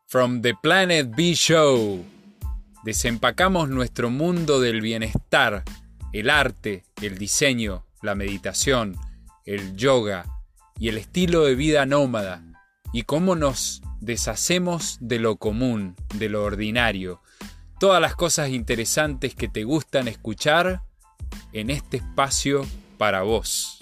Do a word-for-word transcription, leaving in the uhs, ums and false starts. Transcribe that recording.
From the Planet B Show. Desempacamos nuestro mundo del bienestar, el arte, el diseño, la meditación, el yoga y el estilo de vida nómada, y cómo nos deshacemos de lo común, de lo ordinario. Todas las cosas interesantes que te gustan escuchar en este espacio para vos.